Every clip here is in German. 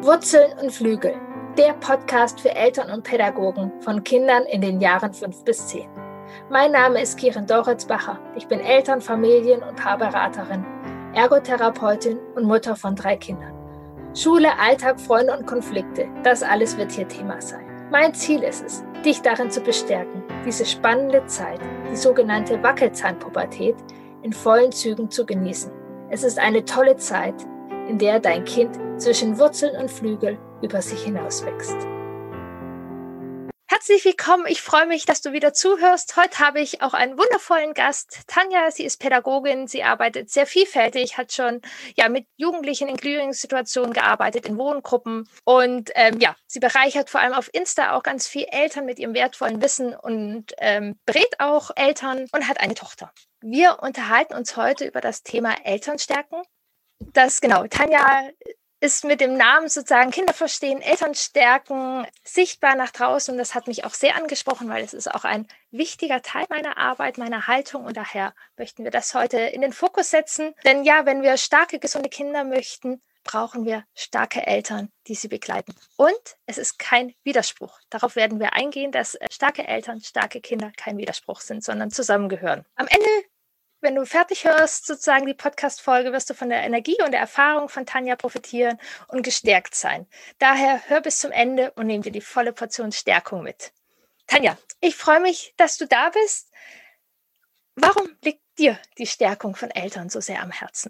Wurzeln und Flügel, der Podcast für Eltern und Pädagogen von Kindern in den Jahren 5 bis 10. Mein Name ist Kirin Doritzbacher. Ich bin Eltern-, Familien- und Paarberaterin, Ergotherapeutin und Mutter von 3 Kindern. Schule, Alltag, Freunde und Konflikte, das alles wird hier Thema sein. Mein Ziel ist es, dich darin zu bestärken, diese spannende Zeit, die sogenannte Wackelzahnpubertät, in vollen Zügen zu genießen. Es ist eine tolle Zeit, in der dein Kind zwischen Wurzeln und Flügel über sich hinauswächst. Herzlich willkommen, ich freue mich, dass du wieder zuhörst. Heute habe ich auch einen wundervollen Gast. Tanja, sie ist Pädagogin, sie arbeitet sehr vielfältig, hat schon mit Jugendlichen in Glühungssituationen gearbeitet, in Wohngruppen und sie bereichert vor allem auf Insta auch ganz viel Eltern mit ihrem wertvollen Wissen und berät auch Eltern und hat eine Tochter. Wir unterhalten uns heute über das Thema Elternstärken. Tanja ist mit dem Namen sozusagen Kinder verstehen, Eltern stärken, sichtbar nach draußen. Und das hat mich auch sehr angesprochen, weil es ist auch ein wichtiger Teil meiner Arbeit, meiner Haltung. Und daher möchten wir das heute in den Fokus setzen. Denn wenn wir starke, gesunde Kinder möchten, brauchen wir starke Eltern, die sie begleiten. Und es ist kein Widerspruch. Darauf werden wir eingehen, dass starke Eltern, starke Kinder kein Widerspruch sind, sondern zusammengehören. Am Ende, wenn du fertig hörst, sozusagen die Podcast-Folge, wirst du von der Energie und der Erfahrung von Tanja profitieren und gestärkt sein. Daher hör bis zum Ende und nimm dir die volle Portion Stärkung mit. Tanja, ich freue mich, dass du da bist. Warum liegt dir die Stärkung von Eltern so sehr am Herzen?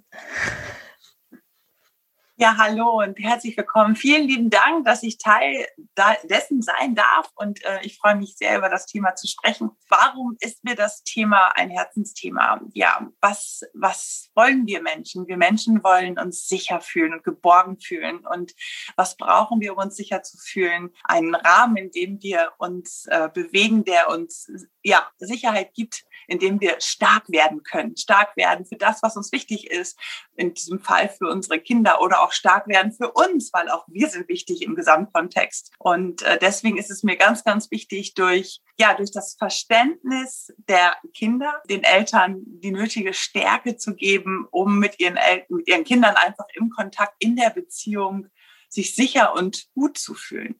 Ja, hallo und herzlich willkommen. Vielen lieben Dank, dass ich Teil dessen sein darf und ich freue mich sehr, über das Thema zu sprechen. Warum ist mir das Thema ein Herzensthema? Ja, was wollen wir Menschen? Wir Menschen wollen uns sicher fühlen und geborgen fühlen. Und was brauchen wir, um uns sicher zu fühlen? Einen Rahmen, in dem wir uns bewegen, der uns Sicherheit gibt, in dem wir stark werden können. Stark werden für das, was uns wichtig ist. In diesem Fall für unsere Kinder oder auch stark werden für uns, weil auch wir sind wichtig im Gesamtkontext. Und deswegen ist es mir ganz, ganz wichtig, durch das Verständnis der Kinder, den Eltern die nötige Stärke zu geben, um mit ihren Kindern einfach im Kontakt, in der Beziehung sich sicher und gut zu fühlen.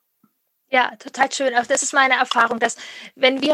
Ja, total schön. Auch das ist meine Erfahrung, dass wenn wir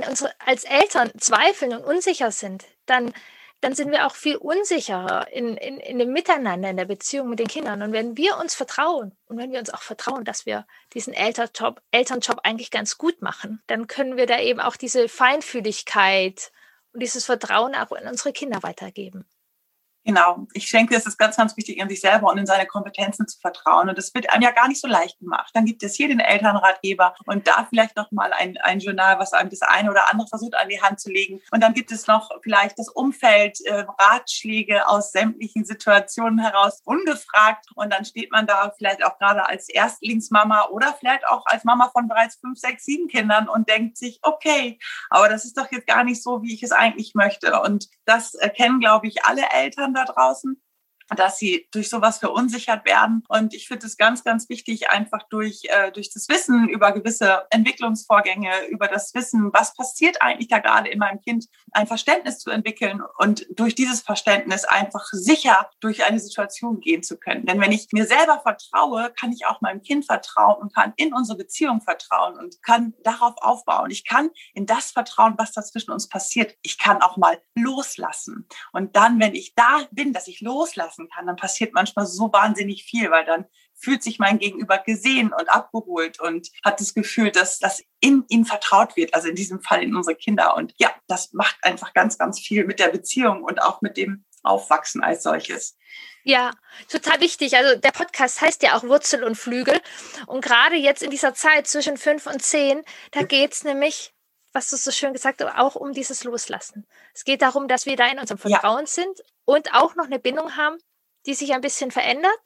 als Eltern zweifeln und unsicher sind, dann sind wir auch viel unsicherer in dem Miteinander, in der Beziehung mit den Kindern. Und wenn wir uns vertrauen und wenn wir uns auch vertrauen, dass wir diesen Elternjob eigentlich ganz gut machen, dann können wir da eben auch diese Feinfühligkeit und dieses Vertrauen auch in unsere Kinder weitergeben. Genau. Ich denke, es ist ganz, ganz wichtig, in sich selber und in seine Kompetenzen zu vertrauen. Und das wird einem ja gar nicht so leicht gemacht. Dann gibt es hier den Elternratgeber und da vielleicht noch mal ein Journal, was einem das eine oder andere versucht an die Hand zu legen. Und dann gibt es noch vielleicht das Umfeld, Ratschläge aus sämtlichen Situationen heraus, ungefragt. Und dann steht man da vielleicht auch gerade als Erstlingsmama oder vielleicht auch als Mama von bereits 5, 6, 7 Kindern und denkt sich, okay, aber das ist doch jetzt gar nicht so, wie ich es eigentlich möchte. Und das erkennen, glaube ich, alle Eltern da draußen, dass sie durch sowas verunsichert werden. Und ich finde es ganz, ganz wichtig, einfach durch das Wissen über gewisse Entwicklungsvorgänge, über das Wissen, was passiert eigentlich da gerade in meinem Kind, ein Verständnis zu entwickeln und durch dieses Verständnis einfach sicher durch eine Situation gehen zu können. Denn wenn ich mir selber vertraue, kann ich auch meinem Kind vertrauen und kann in unsere Beziehung vertrauen und kann darauf aufbauen. Ich kann in das vertrauen, was da zwischen uns passiert. Ich kann auch mal loslassen. Und dann, wenn ich da bin, dass ich loslassen kann, dann passiert manchmal so wahnsinnig viel, weil dann fühlt sich mein Gegenüber gesehen und abgeholt und hat das Gefühl, dass das in ihn vertraut wird, also in diesem Fall in unsere Kinder. Und ja, das macht einfach ganz, ganz viel mit der Beziehung und auch mit dem Aufwachsen als solches. Ja, total wichtig. Also der Podcast heißt ja auch Wurzel und Flügel. Und gerade jetzt in dieser Zeit zwischen 5 und 10, da geht es nämlich, was du so schön gesagt hast, auch um dieses Loslassen. Es geht darum, dass wir da in unserem Vertrauen sind und auch noch eine Bindung haben, die sich ein bisschen verändert.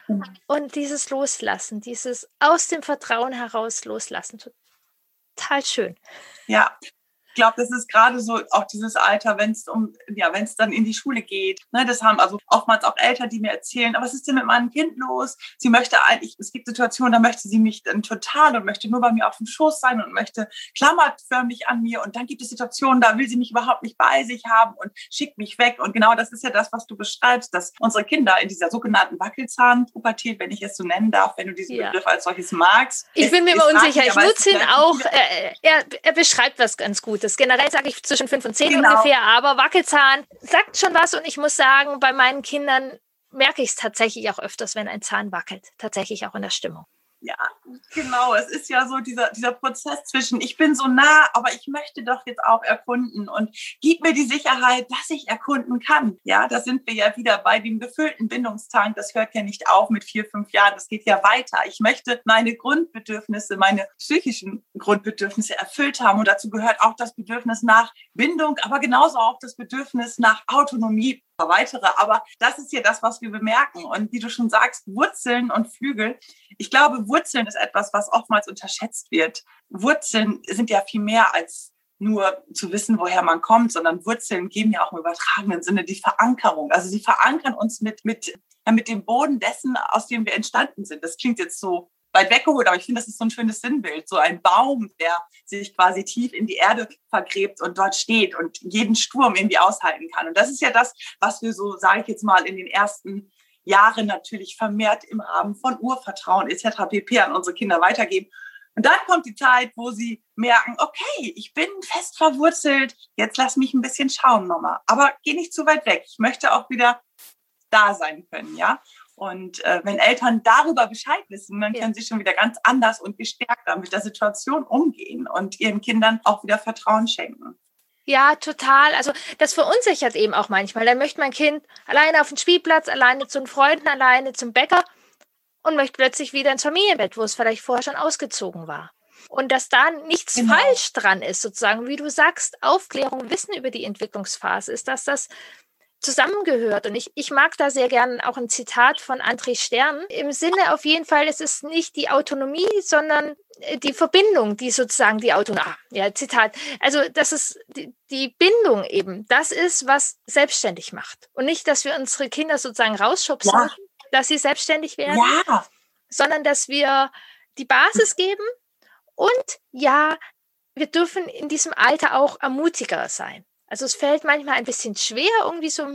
Und dieses Loslassen, dieses aus dem Vertrauen heraus loslassen, total schön. Ja, glaube, das ist gerade so auch dieses Alter, wenn es dann in die Schule geht. Ne, das haben also oftmals auch Eltern, die mir erzählen, aber was ist denn mit meinem Kind los? Sie möchte eigentlich, es gibt Situationen, da möchte sie mich dann total und möchte nur bei mir auf dem Schoß sein und möchte klammert förmlich an mir. Und dann gibt es Situationen, da will sie mich überhaupt nicht bei sich haben und schickt mich weg. Und genau das ist ja das, was du beschreibst, dass unsere Kinder in dieser sogenannten Wackelzahnpubertät, wenn ich es so nennen darf, wenn du diesen Begriff als solches magst. Ich bin mir immer unsicher. Ich nutze ihn auch. Er beschreibt was ganz Gutes. Generell sage ich zwischen 5 und 10 ungefähr, aber Wackelzahn sagt schon was. Und ich muss sagen, bei meinen Kindern merke ich es tatsächlich auch öfters, wenn ein Zahn wackelt. Tatsächlich auch in der Stimmung. Ja, genau. Es ist ja so dieser Prozess zwischen, ich bin so nah, aber ich möchte doch jetzt auch erkunden und gib mir die Sicherheit, dass ich erkunden kann. Ja, da sind wir ja wieder bei dem gefüllten Bindungstank. Das hört ja nicht auf mit 4, 5 Jahren. Das geht ja weiter. Ich möchte meine Grundbedürfnisse, meine psychischen Grundbedürfnisse erfüllt haben. Und dazu gehört auch das Bedürfnis nach Bindung, aber genauso auch das Bedürfnis nach Autonomie. Weitere, aber das ist ja das, was wir bemerken. Und wie du schon sagst, Wurzeln und Flügel. Ich glaube, Wurzeln ist etwas, was oftmals unterschätzt wird. Wurzeln sind ja viel mehr als nur zu wissen, woher man kommt, sondern Wurzeln geben ja auch im übertragenen Sinne die Verankerung. Also sie verankern uns mit dem Boden dessen, aus dem wir entstanden sind. Das klingt jetzt so weit weggeholt, aber ich finde, das ist so ein schönes Sinnbild. So ein Baum, der sich quasi tief in die Erde vergräbt und dort steht und jeden Sturm irgendwie aushalten kann. Und das ist ja das, was wir so, sage ich jetzt mal, in den ersten Jahren natürlich vermehrt im Rahmen von Urvertrauen etc. pp. An unsere Kinder weitergeben. Und dann kommt die Zeit, wo sie merken, okay, ich bin fest verwurzelt, jetzt lass mich ein bisschen schauen, Mama. Aber geh nicht zu weit weg. Ich möchte auch wieder da sein können, ja. Und wenn Eltern darüber Bescheid wissen, dann können sie schon wieder ganz anders und gestärkter mit der Situation umgehen und ihren Kindern auch wieder Vertrauen schenken. Ja, total. Also das verunsichert eben auch manchmal. Dann möchte mein Kind alleine auf den Spielplatz, alleine zu den Freunden, alleine zum Bäcker und möchte plötzlich wieder ins Familienbett, wo es vielleicht vorher schon ausgezogen war. Und dass da nichts falsch dran ist, sozusagen, wie du sagst, Aufklärung, Wissen über die Entwicklungsphase ist, dass das zusammengehört. Und ich mag da sehr gern auch ein Zitat von André Stern. Im Sinne auf jeden Fall, es ist nicht die Autonomie, sondern die Verbindung, die sozusagen die Autonomie, Zitat. Also das ist die Bindung eben. Das ist, was selbstständig macht. Und nicht, dass wir unsere Kinder sozusagen rausschubsen, dass sie selbstständig werden, sondern dass wir die Basis geben. Und ja, wir dürfen in diesem Alter auch ermutiger sein. Also es fällt manchmal ein bisschen schwer, irgendwie so,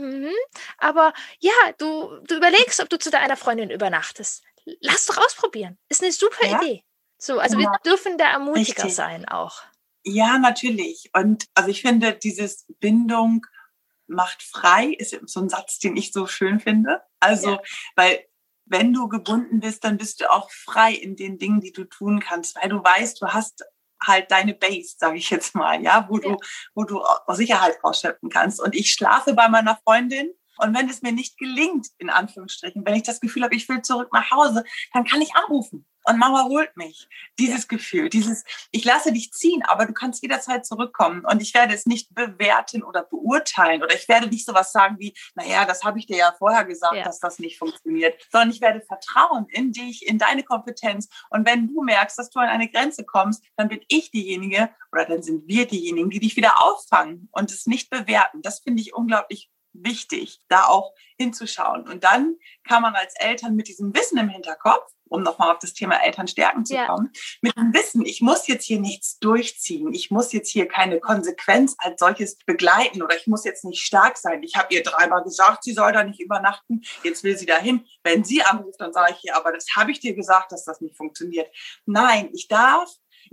aber ja, du überlegst, ob du zu deiner Freundin übernachtest. Lass doch ausprobieren. Ist eine super Idee. So, also wir dürfen da ermutiger sein auch. Ja, natürlich. Und also ich finde, dieses Bindung macht frei, ist so ein Satz, den ich so schön finde. Also, weil wenn du gebunden bist, dann bist du auch frei in den Dingen, die du tun kannst, weil du weißt, du hast halt deine Base, sage ich jetzt mal, ja, wo du Sicherheit rausschöpfen kannst. Und ich schlafe bei meiner Freundin. Und wenn es mir nicht gelingt, in Anführungsstrichen, wenn ich das Gefühl habe, ich will zurück nach Hause, dann kann ich anrufen. Und Mama holt mich. Dieses Gefühl, ich lasse dich ziehen, aber du kannst jederzeit zurückkommen. Und ich werde es nicht bewerten oder beurteilen. Oder ich werde nicht sowas sagen wie, naja, das habe ich dir ja vorher gesagt, dass das nicht funktioniert. Sondern ich werde vertrauen in dich, in deine Kompetenz. Und wenn du merkst, dass du an eine Grenze kommst, dann bin ich diejenige oder dann sind wir diejenigen, die dich wieder auffangen und es nicht bewerten. Das finde ich unglaublich wichtig, da auch hinzuschauen. Und dann kann man als Eltern mit diesem Wissen im Hinterkopf, um nochmal auf das Thema Elternstärken zu kommen, mit dem Wissen, ich muss jetzt hier nichts durchziehen, ich muss jetzt hier keine Konsequenz als solches begleiten oder ich muss jetzt nicht stark sein. Ich habe ihr 3-mal gesagt, sie soll da nicht übernachten, jetzt will sie dahin. Wenn sie anruft, dann sage ich ihr, aber das habe ich dir gesagt, dass das nicht funktioniert. Nein, ich darf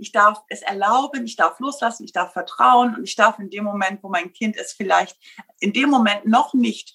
es erlauben, ich darf loslassen, ich darf vertrauen und ich darf in dem Moment, wo mein Kind es vielleicht in dem Moment noch nicht,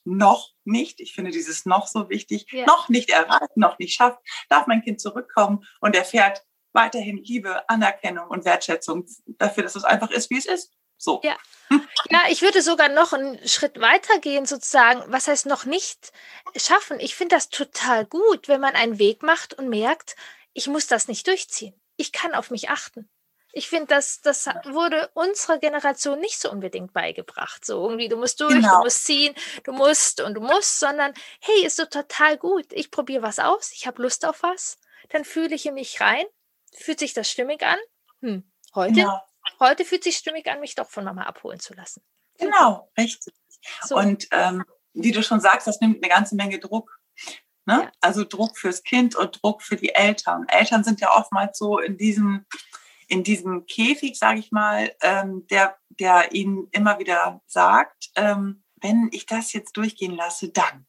ich finde dieses noch so wichtig, noch nicht erreicht, noch nicht schafft, darf mein Kind zurückkommen und erfährt weiterhin Liebe, Anerkennung und Wertschätzung dafür, dass es einfach ist, wie es ist. So. Ja, ich würde sogar noch einen Schritt weiter gehen, sozusagen, was heißt noch nicht schaffen? Ich finde das total gut, wenn man einen Weg macht und merkt, ich muss das nicht durchziehen. Ich kann auf mich achten. Ich finde, das wurde unserer Generation nicht so unbedingt beigebracht. So irgendwie, du musst durch, du musst ziehen, du musst, sondern hey, ist so total gut. Ich probiere was aus, ich habe Lust auf was, dann fühle ich in mich rein, fühlt sich das stimmig an? Heute? heute fühlt sich stimmig an, mich doch von Mama abholen zu lassen. Genau, richtig. So. Und wie du schon sagst, das nimmt eine ganze Menge Druck. Ne? Ja. Also Druck fürs Kind und Druck für die Eltern. Eltern sind ja oftmals so in diesem Käfig, sage ich mal, der ihnen immer wieder sagt, wenn ich das jetzt durchgehen lasse, dann.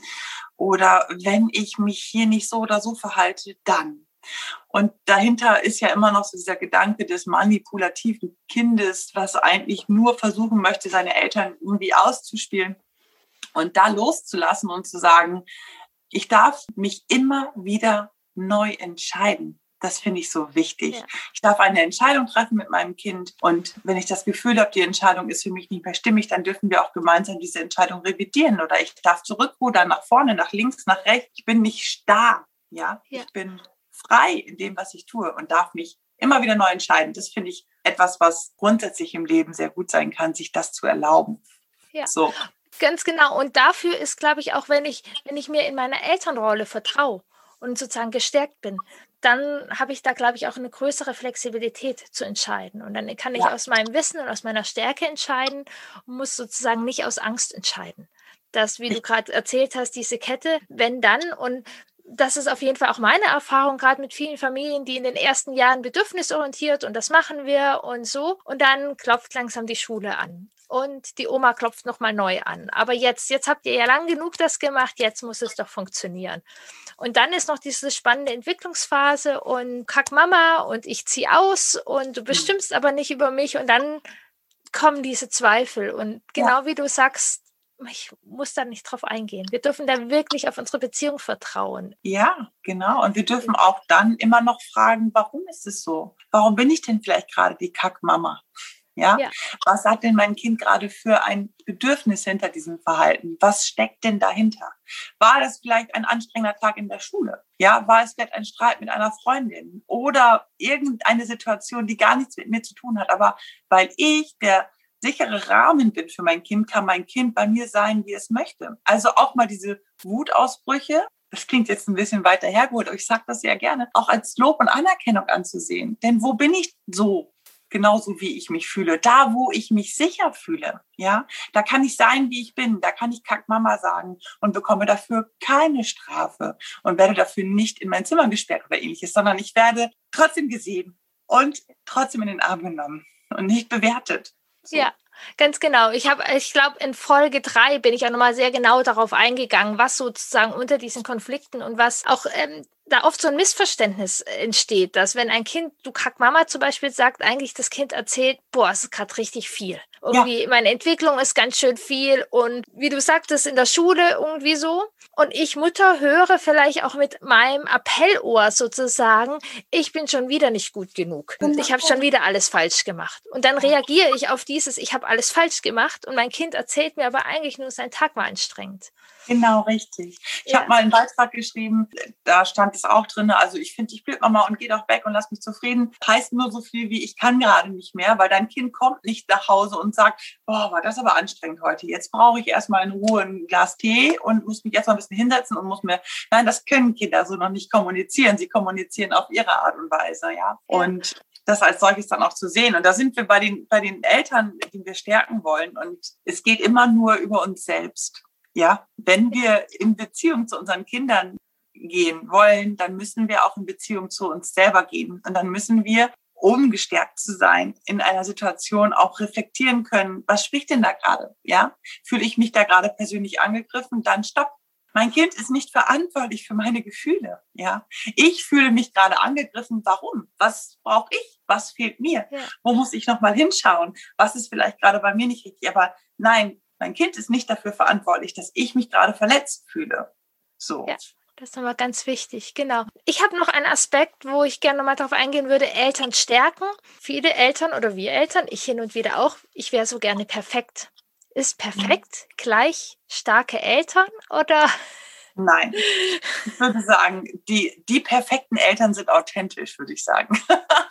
Oder wenn ich mich hier nicht so oder so verhalte, dann. Und dahinter ist ja immer noch so dieser Gedanke des manipulativen Kindes, was eigentlich nur versuchen möchte, seine Eltern irgendwie auszuspielen und da loszulassen und zu sagen, ich darf mich immer wieder neu entscheiden. Das finde ich so wichtig. Ja. Ich darf eine Entscheidung treffen mit meinem Kind. Und wenn ich das Gefühl habe, die Entscheidung ist für mich nicht mehr stimmig, dann dürfen wir auch gemeinsam diese Entscheidung revidieren. Oder ich darf zurückrudern, nach vorne, nach links, nach rechts. Ich bin nicht starr. Ja? Ich bin frei in dem, was ich tue und darf mich immer wieder neu entscheiden. Das finde ich etwas, was grundsätzlich im Leben sehr gut sein kann, sich das zu erlauben. Ja. So. Ganz genau. Und dafür ist, glaube ich, auch wenn ich mir in meiner Elternrolle vertraue und sozusagen gestärkt bin, dann habe ich da, glaube ich, auch eine größere Flexibilität zu entscheiden. Und dann kann ich aus meinem Wissen und aus meiner Stärke entscheiden und muss sozusagen nicht aus Angst entscheiden. Das, wie du gerade erzählt hast, diese Kette, wenn dann, und das ist auf jeden Fall auch meine Erfahrung, gerade mit vielen Familien, die in den ersten Jahren bedürfnisorientiert und das machen wir und so. Und dann klopft langsam die Schule an. Und die Oma klopft nochmal neu an. Aber jetzt habt ihr ja lang genug das gemacht, jetzt muss es doch funktionieren. Und dann ist noch diese spannende Entwicklungsphase und kack Mama und ich ziehe aus und du bestimmst aber nicht über mich. Und dann kommen diese Zweifel. Und genau wie du sagst, ich muss da nicht drauf eingehen. Wir dürfen da wirklich auf unsere Beziehung vertrauen. Ja, genau. Und wir dürfen auch dann immer noch fragen, warum ist es so? Warum bin ich denn vielleicht gerade die Kackmama? Ja? Was hat denn mein Kind gerade für ein Bedürfnis hinter diesem Verhalten? Was steckt denn dahinter? War das vielleicht ein anstrengender Tag in der Schule? Ja, war es vielleicht ein Streit mit einer Freundin oder irgendeine Situation, die gar nichts mit mir zu tun hat? Aber weil ich der sichere Rahmen bin für mein Kind, kann mein Kind bei mir sein, wie es möchte. Also auch mal diese Wutausbrüche, das klingt jetzt ein bisschen weiter hergeholt, aber ich sage das ja gerne, auch als Lob und Anerkennung anzusehen. Denn wo bin ich so? Genauso wie ich mich fühle. Da, wo ich mich sicher fühle, ja, da kann ich sein, wie ich bin. Da kann ich Kack-Mama sagen und bekomme dafür keine Strafe und werde dafür nicht in mein Zimmer gesperrt oder ähnliches, sondern ich werde trotzdem gesehen und trotzdem in den Arm genommen und nicht bewertet. So. Ja, ganz genau. Ich glaube, in Folge 3 bin ich ja nochmal sehr genau darauf eingegangen, was sozusagen unter diesen Konflikten und was auch da oft so ein Missverständnis entsteht, dass wenn ein Kind, du Kack-Mama zum Beispiel sagt, eigentlich das Kind erzählt, boah, es ist gerade richtig viel. Irgendwie, meine Entwicklung ist ganz schön viel und wie du sagtest, in der Schule irgendwie so. Und ich Mutter höre vielleicht auch mit meinem Appellohr sozusagen, ich bin schon wieder nicht gut genug. Und ich habe schon wieder alles falsch gemacht. Und dann reagiere ich auf dieses, ich habe alles falsch gemacht und mein Kind erzählt mir aber eigentlich nur, sein Tag war anstrengend. Genau, richtig. Ich habe mal einen Beitrag geschrieben, da stand es auch drin, also ich finde dich blöd, Mama, und geh doch weg und lass mich zufrieden. Heißt nur so viel wie, ich kann gerade nicht mehr, weil dein Kind kommt nicht nach Hause und sagt, boah, war das aber anstrengend heute. Jetzt brauche ich erstmal in Ruhe ein Glas Tee und muss mich erstmal ein bisschen hinsetzen und nein, das können Kinder so noch nicht kommunizieren. Sie kommunizieren auf ihre Art und Weise, ja. Und das als solches dann auch zu sehen. Und da sind wir bei den Eltern, die wir stärken wollen. Und es geht immer nur über uns selbst. Ja, wenn wir in Beziehung zu unseren Kindern gehen wollen, dann müssen wir auch in Beziehung zu uns selber gehen. Und dann müssen wir, um gestärkt zu sein, in einer Situation auch reflektieren können, was spricht denn da gerade? Ja, fühle ich mich da gerade persönlich angegriffen? Dann stopp. Mein Kind ist nicht verantwortlich für meine Gefühle. Ja, ich fühle mich gerade angegriffen. Warum? Was brauche ich? Was fehlt mir? Ja. Wo muss ich noch mal hinschauen? Was ist vielleicht gerade bei mir nicht richtig? Aber nein, mein Kind ist nicht dafür verantwortlich, dass ich mich gerade verletzt fühle. So. Ja, das ist nochmal ganz wichtig, genau. Ich habe noch einen Aspekt, wo ich gerne nochmal darauf eingehen würde, Eltern stärken. Viele Eltern oder wir Eltern, ich hin und wieder auch, ich wäre so gerne perfekt. Ist perfekt gleich starke Eltern oder? Nein, ich würde sagen, die perfekten Eltern sind authentisch, würde ich sagen.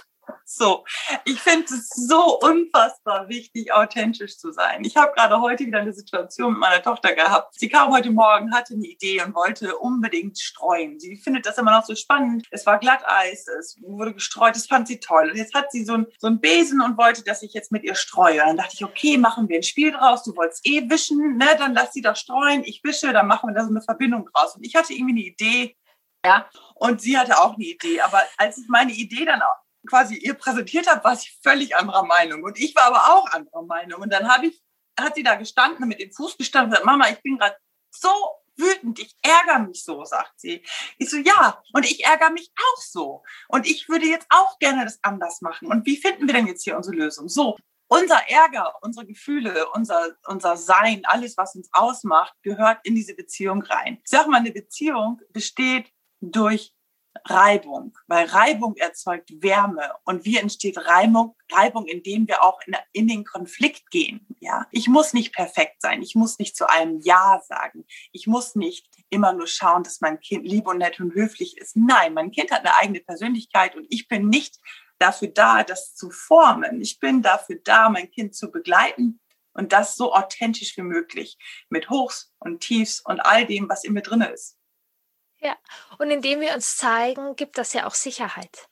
So, ich finde es so unfassbar wichtig, authentisch zu sein. Ich habe gerade heute wieder eine Situation mit meiner Tochter gehabt. Sie kam heute Morgen, hatte eine Idee und wollte unbedingt streuen. Sie findet das immer noch so spannend. Es war Glatteis, es wurde gestreut, das fand sie toll. Und jetzt hat sie so einen Besen und wollte, dass ich jetzt mit ihr streue. Und dann dachte ich, okay, machen wir ein Spiel draus. Du wolltest wischen, ne? Dann lass sie doch streuen. Ich wische, dann machen wir da so eine Verbindung draus. Und ich hatte irgendwie eine Idee, ja, und sie hatte auch eine Idee. Aber als ich meine Idee dann auch quasi ihr präsentiert habe, war sie völlig anderer Meinung. Und ich war aber auch anderer Meinung. Und dann hat sie da gestanden, mit dem Fuß gestanden und gesagt, Mama, ich bin gerade so wütend, ich ärgere mich so, sagt sie. Ich so, ja, und ich ärgere mich auch so. Und ich würde jetzt auch gerne das anders machen. Und wie finden wir denn jetzt hier unsere Lösung? So, unser Ärger, unsere Gefühle, unser Sein, alles, was uns ausmacht, gehört in diese Beziehung rein. Ich sage mal, eine Beziehung besteht durch Reibung, weil Reibung erzeugt Wärme. Und wie entsteht Reibung? Reibung, indem wir auch in den Konflikt gehen. Ja, ich muss nicht perfekt sein. Ich muss nicht zu allem Ja sagen. Ich muss nicht immer nur schauen, dass mein Kind lieb und nett und höflich ist. Nein, mein Kind hat eine eigene Persönlichkeit und ich bin nicht dafür da, das zu formen. Ich bin dafür da, mein Kind zu begleiten und das so authentisch wie möglich mit Hochs und Tiefs und all dem, was in mir drin ist. Ja, und indem wir uns zeigen, gibt das ja auch Sicherheit.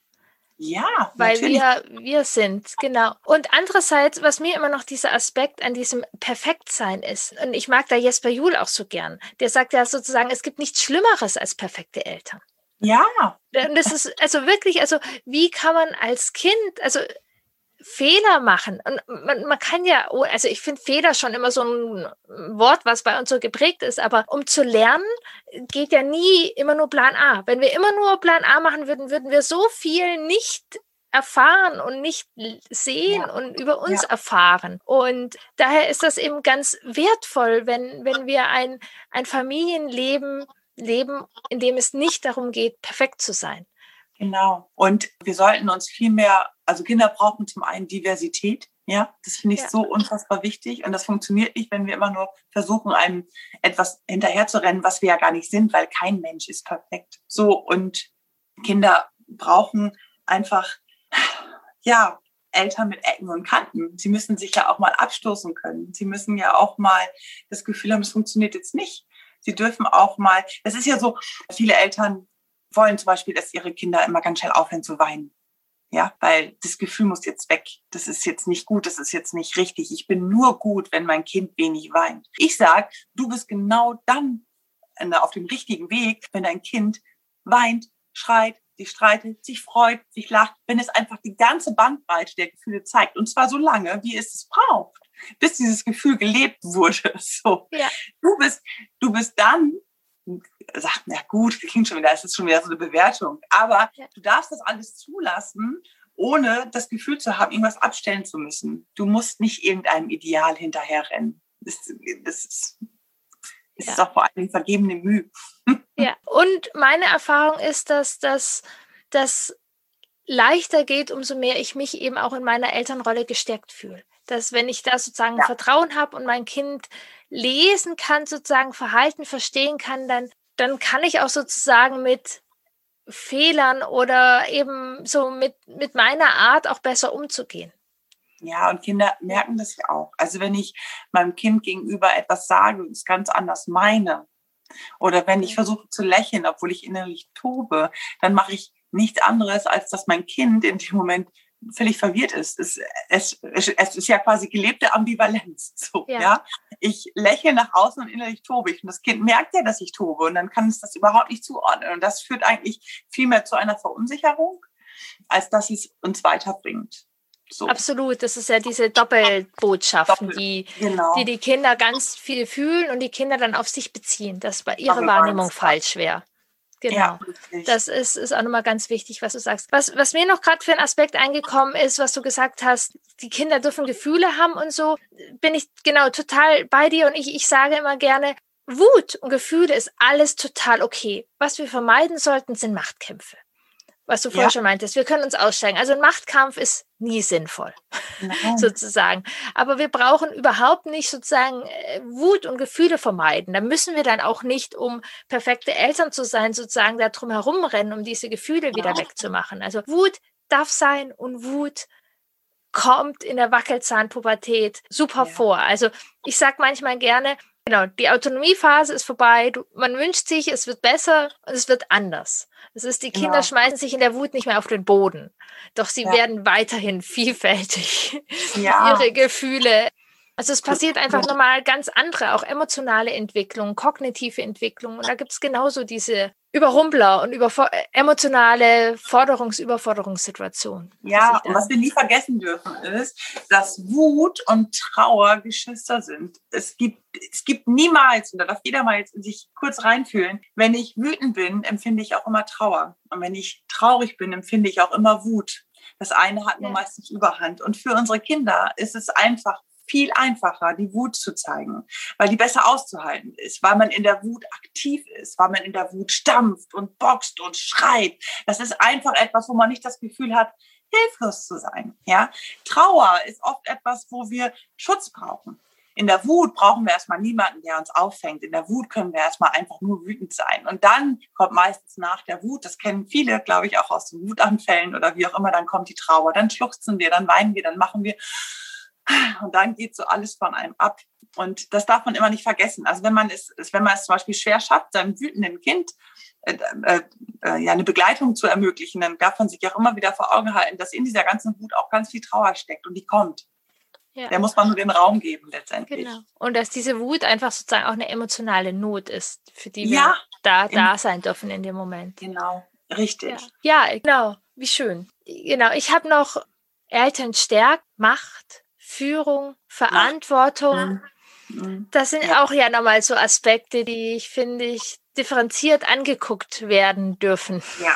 Ja, weil natürlich. wir sind, genau. Und andererseits, was mir immer noch dieser Aspekt an diesem Perfektsein ist, und ich mag da Jesper Juhl auch so gern, der sagt ja sozusagen, es gibt nichts Schlimmeres als perfekte Eltern. Ja. Und das ist also wirklich, also wie kann man als Kind, also Fehler machen. Und man kann ja, also ich finde Fehler schon immer so ein Wort, was bei uns so geprägt ist, aber um zu lernen, geht ja nie immer nur Plan A. Wenn wir immer nur Plan A machen würden, würden wir so viel nicht erfahren und nicht sehen und über uns erfahren. Und daher ist das eben ganz wertvoll, wenn wir ein Familienleben leben, in dem es nicht darum geht, perfekt zu sein. Genau. Und wir sollten uns viel mehr, also Kinder brauchen zum einen Diversität. Ja, das finde ich so unfassbar wichtig. Und das funktioniert nicht, wenn wir immer nur versuchen, einem etwas hinterherzurennen, was wir ja gar nicht sind, weil kein Mensch ist perfekt. So, und Kinder brauchen einfach, ja, Eltern mit Ecken und Kanten. Sie müssen sich ja auch mal abstoßen können. Sie müssen ja auch mal das Gefühl haben, es funktioniert jetzt nicht. Sie dürfen auch mal, das ist ja so, viele Eltern wollen zum Beispiel, dass ihre Kinder immer ganz schnell aufhören zu weinen. Ja, weil das Gefühl muss jetzt weg. Das ist jetzt nicht gut, das ist jetzt nicht richtig. Ich bin nur gut, wenn mein Kind wenig weint. Ich sage, du bist genau dann auf dem richtigen Weg, wenn dein Kind weint, schreit, sich streitet, sich freut, sich lacht, wenn es einfach die ganze Bandbreite der Gefühle zeigt. Und zwar so lange, wie es braucht, bis dieses Gefühl gelebt wurde. So. Ja. Du bist dann, sagt, na gut, klingt schon wieder, es ist schon wieder so eine Bewertung. Aber du darfst das alles zulassen, ohne das Gefühl zu haben, irgendwas abstellen zu müssen. Du musst nicht irgendeinem Ideal hinterherrennen. Das ist auch vor allem vergebene Mühe. Ja, und meine Erfahrung ist, dass das leichter geht, umso mehr ich mich eben auch in meiner Elternrolle gestärkt fühle. Dass wenn ich da sozusagen Vertrauen habe und mein Kind lesen kann, sozusagen Verhalten verstehen kann, dann kann ich auch sozusagen mit Fehlern oder eben so mit meiner Art auch besser umzugehen. Ja, und Kinder merken das ja auch. Also wenn ich meinem Kind gegenüber etwas sage und es ganz anders meine, oder wenn ich versuche zu lächeln, obwohl ich innerlich tobe, dann mache ich nichts anderes, als dass mein Kind in dem Moment völlig verwirrt ist. Es ist ja quasi gelebte Ambivalenz. So, ja. Ich lächle nach außen und innerlich tobe ich. Und das Kind merkt ja, dass ich tobe. Und dann kann es das überhaupt nicht zuordnen. Und das führt eigentlich viel mehr zu einer Verunsicherung, als dass es uns weiterbringt. So. Absolut, das ist ja diese Doppelbotschaften, die Kinder ganz viel fühlen und die Kinder dann auf sich beziehen, dass bei ihrer Wahrnehmung falsch wäre. Genau, ja, das ist auch nochmal ganz wichtig, was du sagst. Was mir noch gerade für ein Aspekt eingekommen ist, was du gesagt hast, die Kinder dürfen Gefühle haben und so, bin ich genau total bei dir und ich sage immer gerne, Wut und Gefühle ist alles total okay. Was wir vermeiden sollten, sind Machtkämpfe. Was du vorher schon meintest, wir können uns aussteigen. Also ein Machtkampf ist nie sinnvoll, sozusagen. Aber wir brauchen überhaupt nicht sozusagen Wut und Gefühle vermeiden. Da müssen wir dann auch nicht, um perfekte Eltern zu sein, sozusagen da drum herum rennen, um diese Gefühle wieder wegzumachen. Also Wut darf sein und Wut kommt in der Wackelzahnpubertät super vor. Also ich sage manchmal gerne, genau, die Autonomiephase ist vorbei, man wünscht sich, es wird besser und es wird anders. Das ist, die Kinder schmeißen sich in der Wut nicht mehr auf den Boden, doch sie werden weiterhin vielfältig ihre Gefühle. Also es passiert einfach nochmal ganz andere, auch emotionale Entwicklung, kognitive Entwicklung. Und da gibt es genauso diese Überrumpler und emotionale Überforderungssituationen. Ja, und was wir nie vergessen dürfen ist, dass Wut und Trauer Geschwister sind. Es gibt niemals, und da darf jeder mal jetzt in sich kurz reinfühlen, wenn ich wütend bin, empfinde ich auch immer Trauer. Und wenn ich traurig bin, empfinde ich auch immer Wut. Das eine hat nur meistens Überhand. Und für unsere Kinder ist es einfach viel einfacher, die Wut zu zeigen, weil die besser auszuhalten ist, weil man in der Wut aktiv ist, weil man in der Wut stampft und boxt und schreit. Das ist einfach etwas, wo man nicht das Gefühl hat, hilflos zu sein. Ja? Trauer ist oft etwas, wo wir Schutz brauchen. In der Wut brauchen wir erstmal niemanden, der uns auffängt. In der Wut können wir erstmal einfach nur wütend sein. Und dann kommt meistens nach der Wut, das kennen viele, glaube ich, auch aus den Wutanfällen oder wie auch immer, dann kommt die Trauer, dann schluchzen wir, dann weinen wir, dann machen wir. Und dann geht so alles von einem ab. Und das darf man immer nicht vergessen. Also wenn man es zum Beispiel schwer schafft, seinem wütenden Kind eine Begleitung zu ermöglichen, dann darf man sich auch immer wieder vor Augen halten, dass in dieser ganzen Wut auch ganz viel Trauer steckt und die kommt. Ja. Der muss man nur den Raum geben letztendlich. Genau. Und dass diese Wut einfach sozusagen auch eine emotionale Not ist, für die wir da sein dürfen in dem Moment. Genau, richtig. Ja, genau. Wie schön. Genau, ich habe noch Eltern stärkt, Macht, Führung, Verantwortung. Das sind auch nochmal so Aspekte, die finde ich differenziert angeguckt werden dürfen. Ja,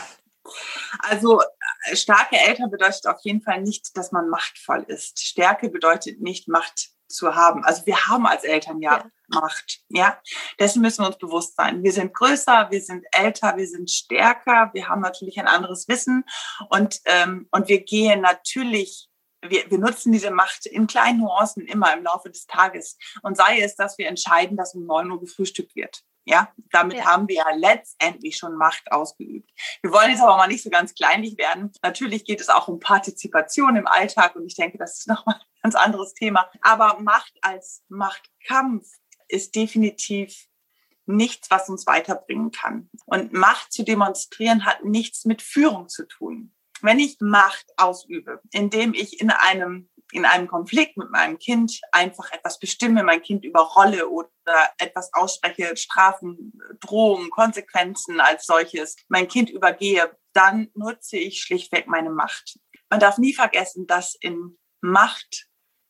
also starke Eltern bedeutet auf jeden Fall nicht, dass man machtvoll ist. Stärke bedeutet nicht, Macht zu haben. Also wir haben als Eltern Macht. Ja, dessen müssen wir uns bewusst sein. Wir sind größer, wir sind älter, wir sind stärker, wir haben natürlich ein anderes Wissen und wir gehen natürlich. Wir nutzen diese Macht in kleinen Nuancen immer im Laufe des Tages. Und sei es, dass wir entscheiden, dass um 9 Uhr gefrühstückt wird. Ja, damit haben wir ja letztendlich schon Macht ausgeübt. Wir wollen jetzt aber mal nicht so ganz kleinlich werden. Natürlich geht es auch um Partizipation im Alltag. Und ich denke, das ist nochmal ein ganz anderes Thema. Aber Macht als Machtkampf ist definitiv nichts, was uns weiterbringen kann. Und Macht zu demonstrieren hat nichts mit Führung zu tun. Wenn ich Macht ausübe, indem ich in einem Konflikt mit meinem Kind einfach etwas bestimme, mein Kind überrolle oder etwas ausspreche, Strafen, Drohungen, Konsequenzen als solches, mein Kind übergehe, dann nutze ich schlichtweg meine Macht. Man darf nie vergessen, dass in Macht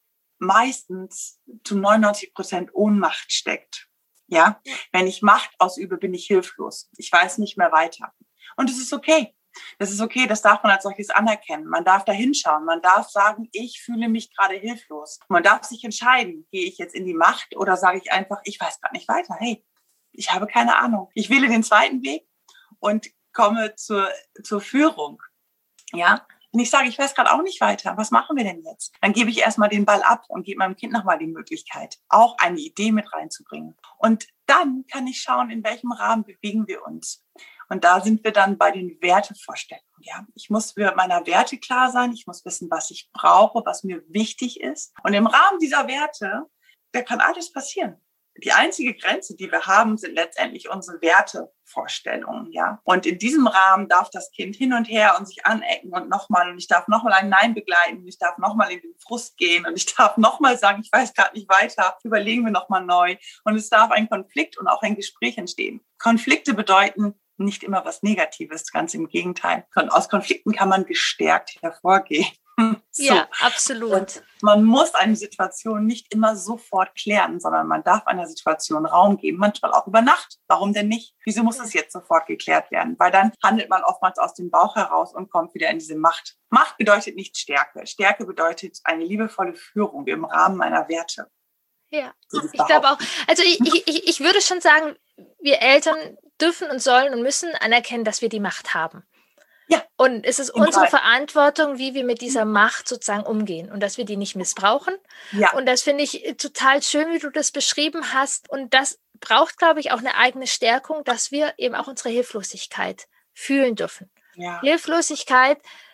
meistens zu 99% Ohnmacht steckt. Ja, wenn ich Macht ausübe, bin ich hilflos. Ich weiß nicht mehr weiter. Und es ist okay. Das ist okay, das darf man als solches anerkennen. Man darf da hinschauen, man darf sagen, ich fühle mich gerade hilflos. Man darf sich entscheiden, gehe ich jetzt in die Macht oder sage ich einfach, ich weiß gerade nicht weiter. Hey, ich habe keine Ahnung. Ich wähle den zweiten Weg und komme zur Führung. Ja, und ich sage, ich weiß gerade auch nicht weiter. Was machen wir denn jetzt? Dann gebe ich erstmal den Ball ab und gebe meinem Kind nochmal die Möglichkeit, auch eine Idee mit reinzubringen. Und dann kann ich schauen, in welchem Rahmen bewegen wir uns. Und da sind wir dann bei den Wertevorstellungen. Ja, ich muss für meiner Werte klar sein. Ich muss wissen, was ich brauche, was mir wichtig ist. Und im Rahmen dieser Werte, da kann alles passieren. Die einzige Grenze, die wir haben, sind letztendlich unsere Wertevorstellungen. Ja, und in diesem Rahmen darf das Kind hin und her und sich anecken und ich darf nochmal ein Nein begleiten. Ich darf nochmal in den Frust gehen und ich darf nochmal sagen, ich weiß gerade nicht weiter. Überlegen wir nochmal neu. Und es darf ein Konflikt und auch ein Gespräch entstehen. Konflikte bedeuten nicht immer was Negatives, ganz im Gegenteil. Aus Konflikten kann man gestärkt hervorgehen. So. Ja, absolut. Und man muss eine Situation nicht immer sofort klären, sondern man darf einer Situation Raum geben, manchmal auch über Nacht. Warum denn nicht? Wieso muss es jetzt sofort geklärt werden? Weil dann handelt man oftmals aus dem Bauch heraus und kommt wieder in diese Macht. Macht bedeutet nicht Stärke. Stärke bedeutet eine liebevolle Führung im Rahmen meiner Werte. Ja, ich glaube auch. Also ich würde schon sagen, wir Eltern dürfen und sollen und müssen anerkennen, dass wir die Macht haben. Ja. Und es ist unsere Verantwortung, wie wir mit dieser Macht sozusagen umgehen und dass wir die nicht missbrauchen. Ja. Und das finde ich total schön, wie du das beschrieben hast. Und das braucht, glaube ich, auch eine eigene Stärkung, dass wir eben auch unsere Hilflosigkeit fühlen dürfen. Ja. Hilflosigkeit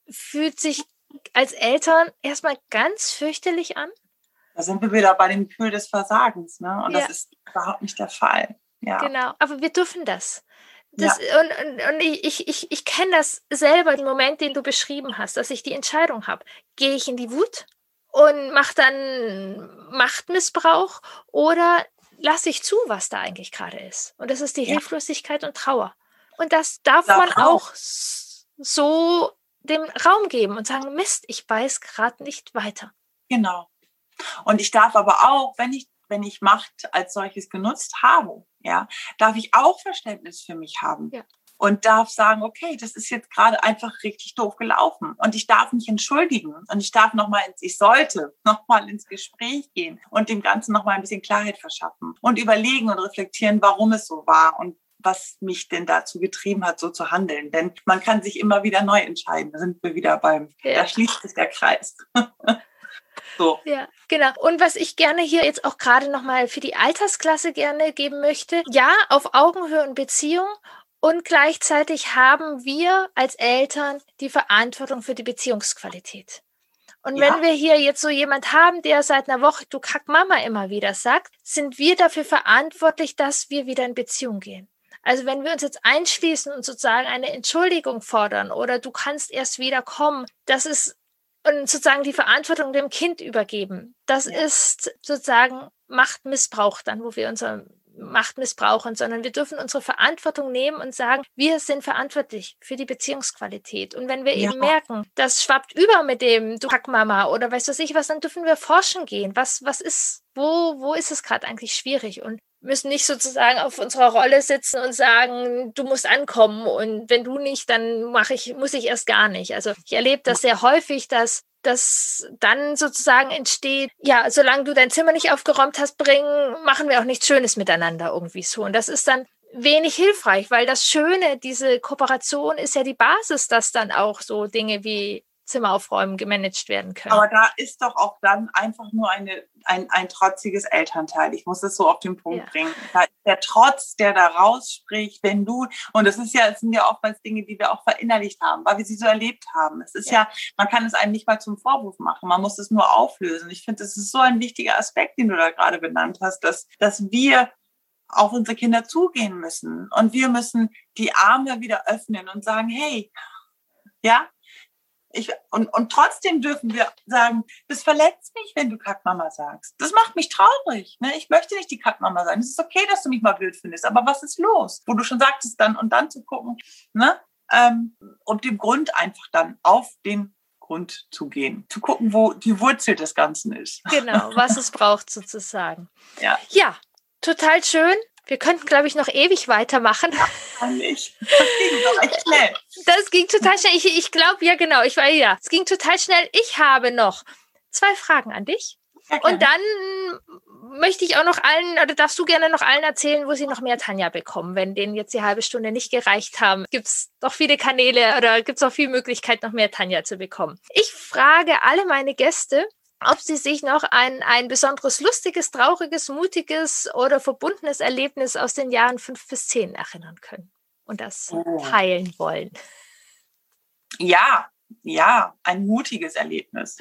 fühlt sich als Eltern erstmal ganz fürchterlich an. Da sind wir wieder bei dem Gefühl des Versagens, ne? Und Ja. das ist überhaupt nicht der Fall. Ja. Genau, aber wir dürfen das. Ja. Und ich kenne das selber, den Moment, den du beschrieben hast, dass ich die Entscheidung habe. Gehe ich in die Wut und mache dann Machtmissbrauch oder lasse ich zu, was da eigentlich gerade ist? Und das ist die Hilflosigkeit und Trauer. Und das darf man auch so dem Raum geben und sagen, Mist, ich weiß gerade nicht weiter. Genau. Und ich darf aber auch, wenn ich Macht als solches genutzt habe, ja, darf ich auch Verständnis für mich haben. Ja. Und darf sagen, okay, das ist jetzt gerade einfach richtig doof gelaufen. Und ich darf mich entschuldigen. Und ich darf ich sollte nochmal ins Gespräch gehen und dem Ganzen nochmal ein bisschen Klarheit verschaffen und überlegen und reflektieren, warum es so war und was mich denn dazu getrieben hat, so zu handeln. Denn man kann sich immer wieder neu entscheiden. Da sind wir wieder da schließt sich der Kreis. So. Ja, genau. Und was ich gerne hier jetzt auch gerade nochmal für die Altersklasse gerne geben möchte, ja, auf Augenhöhe und Beziehung und gleichzeitig haben wir als Eltern die Verantwortung für die Beziehungsqualität. Und wenn wir hier jetzt so jemand haben, der seit einer Woche du Kack-Mama immer wieder sagt, sind wir dafür verantwortlich, dass wir wieder in Beziehung gehen. Also wenn wir uns jetzt einschließen und sozusagen eine Entschuldigung fordern oder du kannst erst wieder kommen, das ist und sozusagen die Verantwortung dem Kind übergeben. Das ist sozusagen Machtmissbrauch dann, wo wir unsere Macht missbrauchen, sondern wir dürfen unsere Verantwortung nehmen und sagen, wir sind verantwortlich für die Beziehungsqualität. Und wenn wir eben merken, das schwappt über mit dem du Kackmama oder weißt du was, dann dürfen wir forschen gehen. Was ist, wo ist es gerade eigentlich schwierig? Und müssen nicht sozusagen auf unserer Rolle sitzen und sagen, du musst ankommen und wenn du nicht, dann muss ich erst gar nicht. Also ich erlebe das sehr häufig, dass dann sozusagen entsteht, ja, solange du dein Zimmer nicht aufgeräumt hast, machen wir auch nichts Schönes miteinander irgendwie so. Und das ist dann wenig hilfreich, weil das Schöne, diese Kooperation ist ja die Basis, dass dann auch so Dinge wie Zimmer aufräumen gemanagt werden können. Aber da ist doch auch dann einfach nur ein trotziges Elternteil. Ich muss es so auf den Punkt bringen. Da ist der Trotz, der da rausspricht, wenn du, und es sind ja oftmals Dinge, die wir auch verinnerlicht haben, weil wir sie so erlebt haben. Es ist man kann es einem nicht mal zum Vorwurf machen. Man muss es nur auflösen. Ich finde, das ist so ein wichtiger Aspekt, den du da gerade benannt hast, dass wir auf unsere Kinder zugehen müssen. Und wir müssen die Arme wieder öffnen und sagen, hey, ja, und trotzdem dürfen wir sagen, das verletzt mich, wenn du Kackmama sagst. Das macht mich traurig. Ne? Ich möchte nicht die Kackmama sein. Es ist okay, dass du mich mal blöd findest, aber was ist los? Wo du schon sagtest, dann zu gucken, ne? Und dem Grund einfach dann auf den Grund zu gehen. Zu gucken, wo die Wurzel des Ganzen ist. Genau, was es braucht sozusagen. Ja, total schön. Wir könnten, glaube ich, noch ewig weitermachen. Ja, nicht. Das ging doch echt schnell. Das ging total schnell. Ich glaube, ja genau. Es ging total schnell. Ich habe noch 2 Fragen an dich. Ja, und dann möchte ich auch noch darfst du gerne noch allen erzählen, wo sie noch mehr Tanja bekommen, wenn denen jetzt die halbe Stunde nicht gereicht haben. Gibt es doch viele Kanäle oder gibt es auch viel Möglichkeit, noch mehr Tanja zu bekommen. Ich frage alle meine Gäste, ob sie sich noch an ein besonderes, lustiges, trauriges, mutiges oder verbundenes Erlebnis aus den Jahren 5 bis 10 erinnern können und das teilen wollen. Ja, ein mutiges Erlebnis.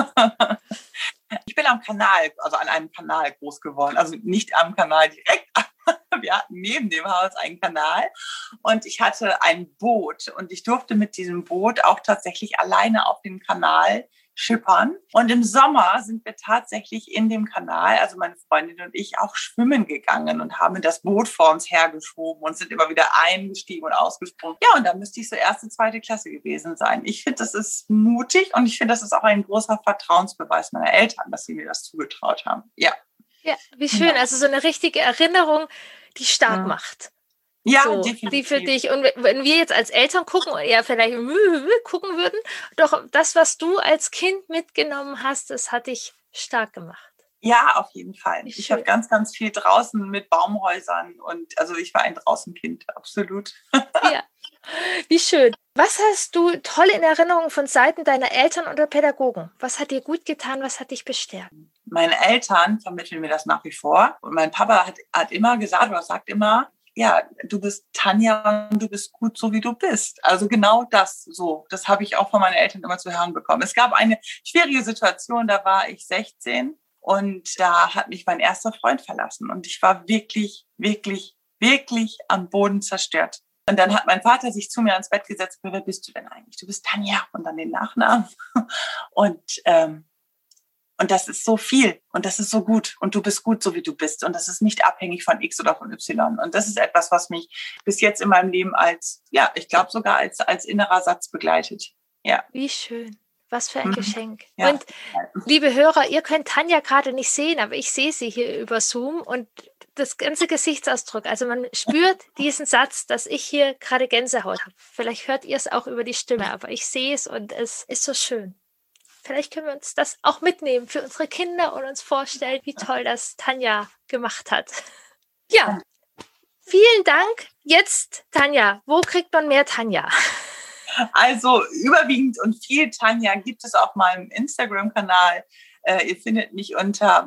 Ich bin am Kanal, also an einem Kanal groß geworden, also nicht am Kanal direkt, aber wir hatten neben dem Haus einen Kanal und ich hatte ein Boot und ich durfte mit diesem Boot auch tatsächlich alleine auf dem Kanal schippern. Und im Sommer sind wir tatsächlich in dem Kanal, also meine Freundin und ich, auch schwimmen gegangen und haben das Boot vor uns hergeschoben und sind immer wieder eingestiegen und ausgesprungen. Ja, und da müsste ich so 1., 2. Klasse gewesen sein. Ich finde, das ist mutig und ich finde, das ist auch ein großer Vertrauensbeweis meiner Eltern, dass sie mir das zugetraut haben. Ja. Ja, wie schön. Ja. Also so eine richtige Erinnerung, die stark macht. Ja, so, definitiv. Die für dich. Und wenn wir jetzt als Eltern gucken, vielleicht gucken würden, doch das, was du als Kind mitgenommen hast, das hat dich stark gemacht. Ja, auf jeden Fall. Ich habe ganz, ganz viel draußen mit Baumhäusern und also ich war ein Draußenkind, absolut. Ja, wie schön. Was hast du toll in Erinnerung von Seiten deiner Eltern oder Pädagogen? Was hat dir gut getan, was hat dich bestärkt? Meine Eltern vermitteln mir das nach wie vor. Und mein Papa hat immer gesagt oder sagt immer, ja, du bist Tanja und du bist gut so, wie du bist. Also genau das so. Das habe ich auch von meinen Eltern immer zu hören bekommen. Es gab eine schwierige Situation, da war ich 16 und da hat mich mein erster Freund verlassen und ich war wirklich, wirklich, wirklich am Boden zerstört. Und dann hat mein Vater sich zu mir ans Bett gesetzt, wer bist du denn eigentlich? Du bist Tanja und dann den Nachnamen. Und das ist so viel und das ist so gut und du bist gut, so wie du bist und das ist nicht abhängig von X oder von Y. Und das ist etwas, was mich bis jetzt in meinem Leben als, ja, ich glaube sogar als innerer Satz begleitet. Ja. Wie schön. Was für ein Geschenk. Ja. Und liebe Hörer, ihr könnt Tanja gerade nicht sehen, aber ich sehe sie hier über Zoom und das ganze Gesichtsausdruck. Also man spürt diesen Satz, dass ich hier gerade Gänsehaut habe. Vielleicht hört ihr es auch über die Stimme, aber ich sehe es und es ist so schön. Vielleicht können wir uns das auch mitnehmen für unsere Kinder und uns vorstellen, wie toll das Tanja gemacht hat. Ja, vielen Dank. Jetzt, Tanja, wo kriegt man mehr Tanja? Also überwiegend und viel Tanja gibt es auf meinem Instagram-Kanal. Ihr findet mich unter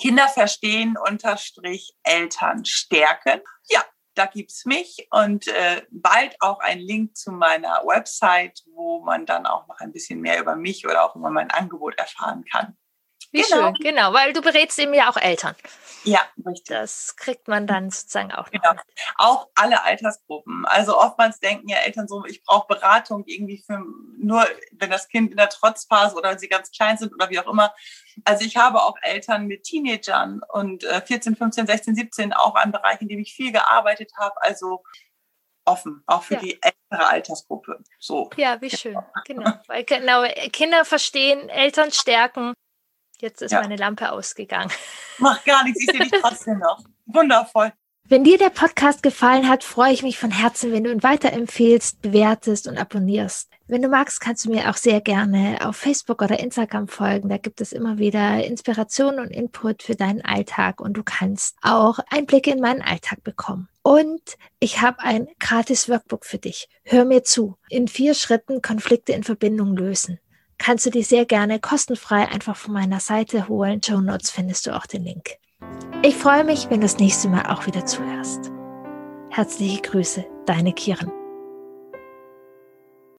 Kinderverstehen_Eltern stärken. Ja, da gibt's mich und bald auch ein Link zu meiner Website, wo man dann auch noch ein bisschen mehr über mich oder auch über mein Angebot erfahren kann. Wie schön, genau, weil du berätst eben ja auch Eltern. Ja, richtig. Das kriegt man dann sozusagen auch noch. Genau. Auch alle Altersgruppen. Also oftmals denken ja Eltern so, ich brauche Beratung irgendwie für nur, wenn das Kind in der Trotzphase oder wenn sie ganz klein sind oder wie auch immer. Also ich habe auch Eltern mit Teenagern und 14, 15, 16, 17 auch ein Bereich, in dem ich viel gearbeitet habe. Also offen, auch für die ältere Altersgruppe. So. Ja, wie schön. Genau. Weil Kinder verstehen, Eltern stärken. Jetzt ist meine Lampe ausgegangen. Macht gar nichts, ich sehe dich trotzdem noch. Wundervoll. Wenn dir der Podcast gefallen hat, freue ich mich von Herzen, wenn du ihn weiterempfehlst, bewertest und abonnierst. Wenn du magst, kannst du mir auch sehr gerne auf Facebook oder Instagram folgen. Da gibt es immer wieder Inspiration und Input für deinen Alltag und du kannst auch Einblicke in meinen Alltag bekommen. Und ich habe ein gratis Workbook für dich. Hör mir zu. In 4 Schritten Konflikte in Verbindung lösen. Kannst du dir sehr gerne kostenfrei einfach von meiner Seite holen. In den Shownotes findest du auch den Link. Ich freue mich, wenn du das nächste Mal auch wieder zuhörst. Herzliche Grüße, deine Kiran.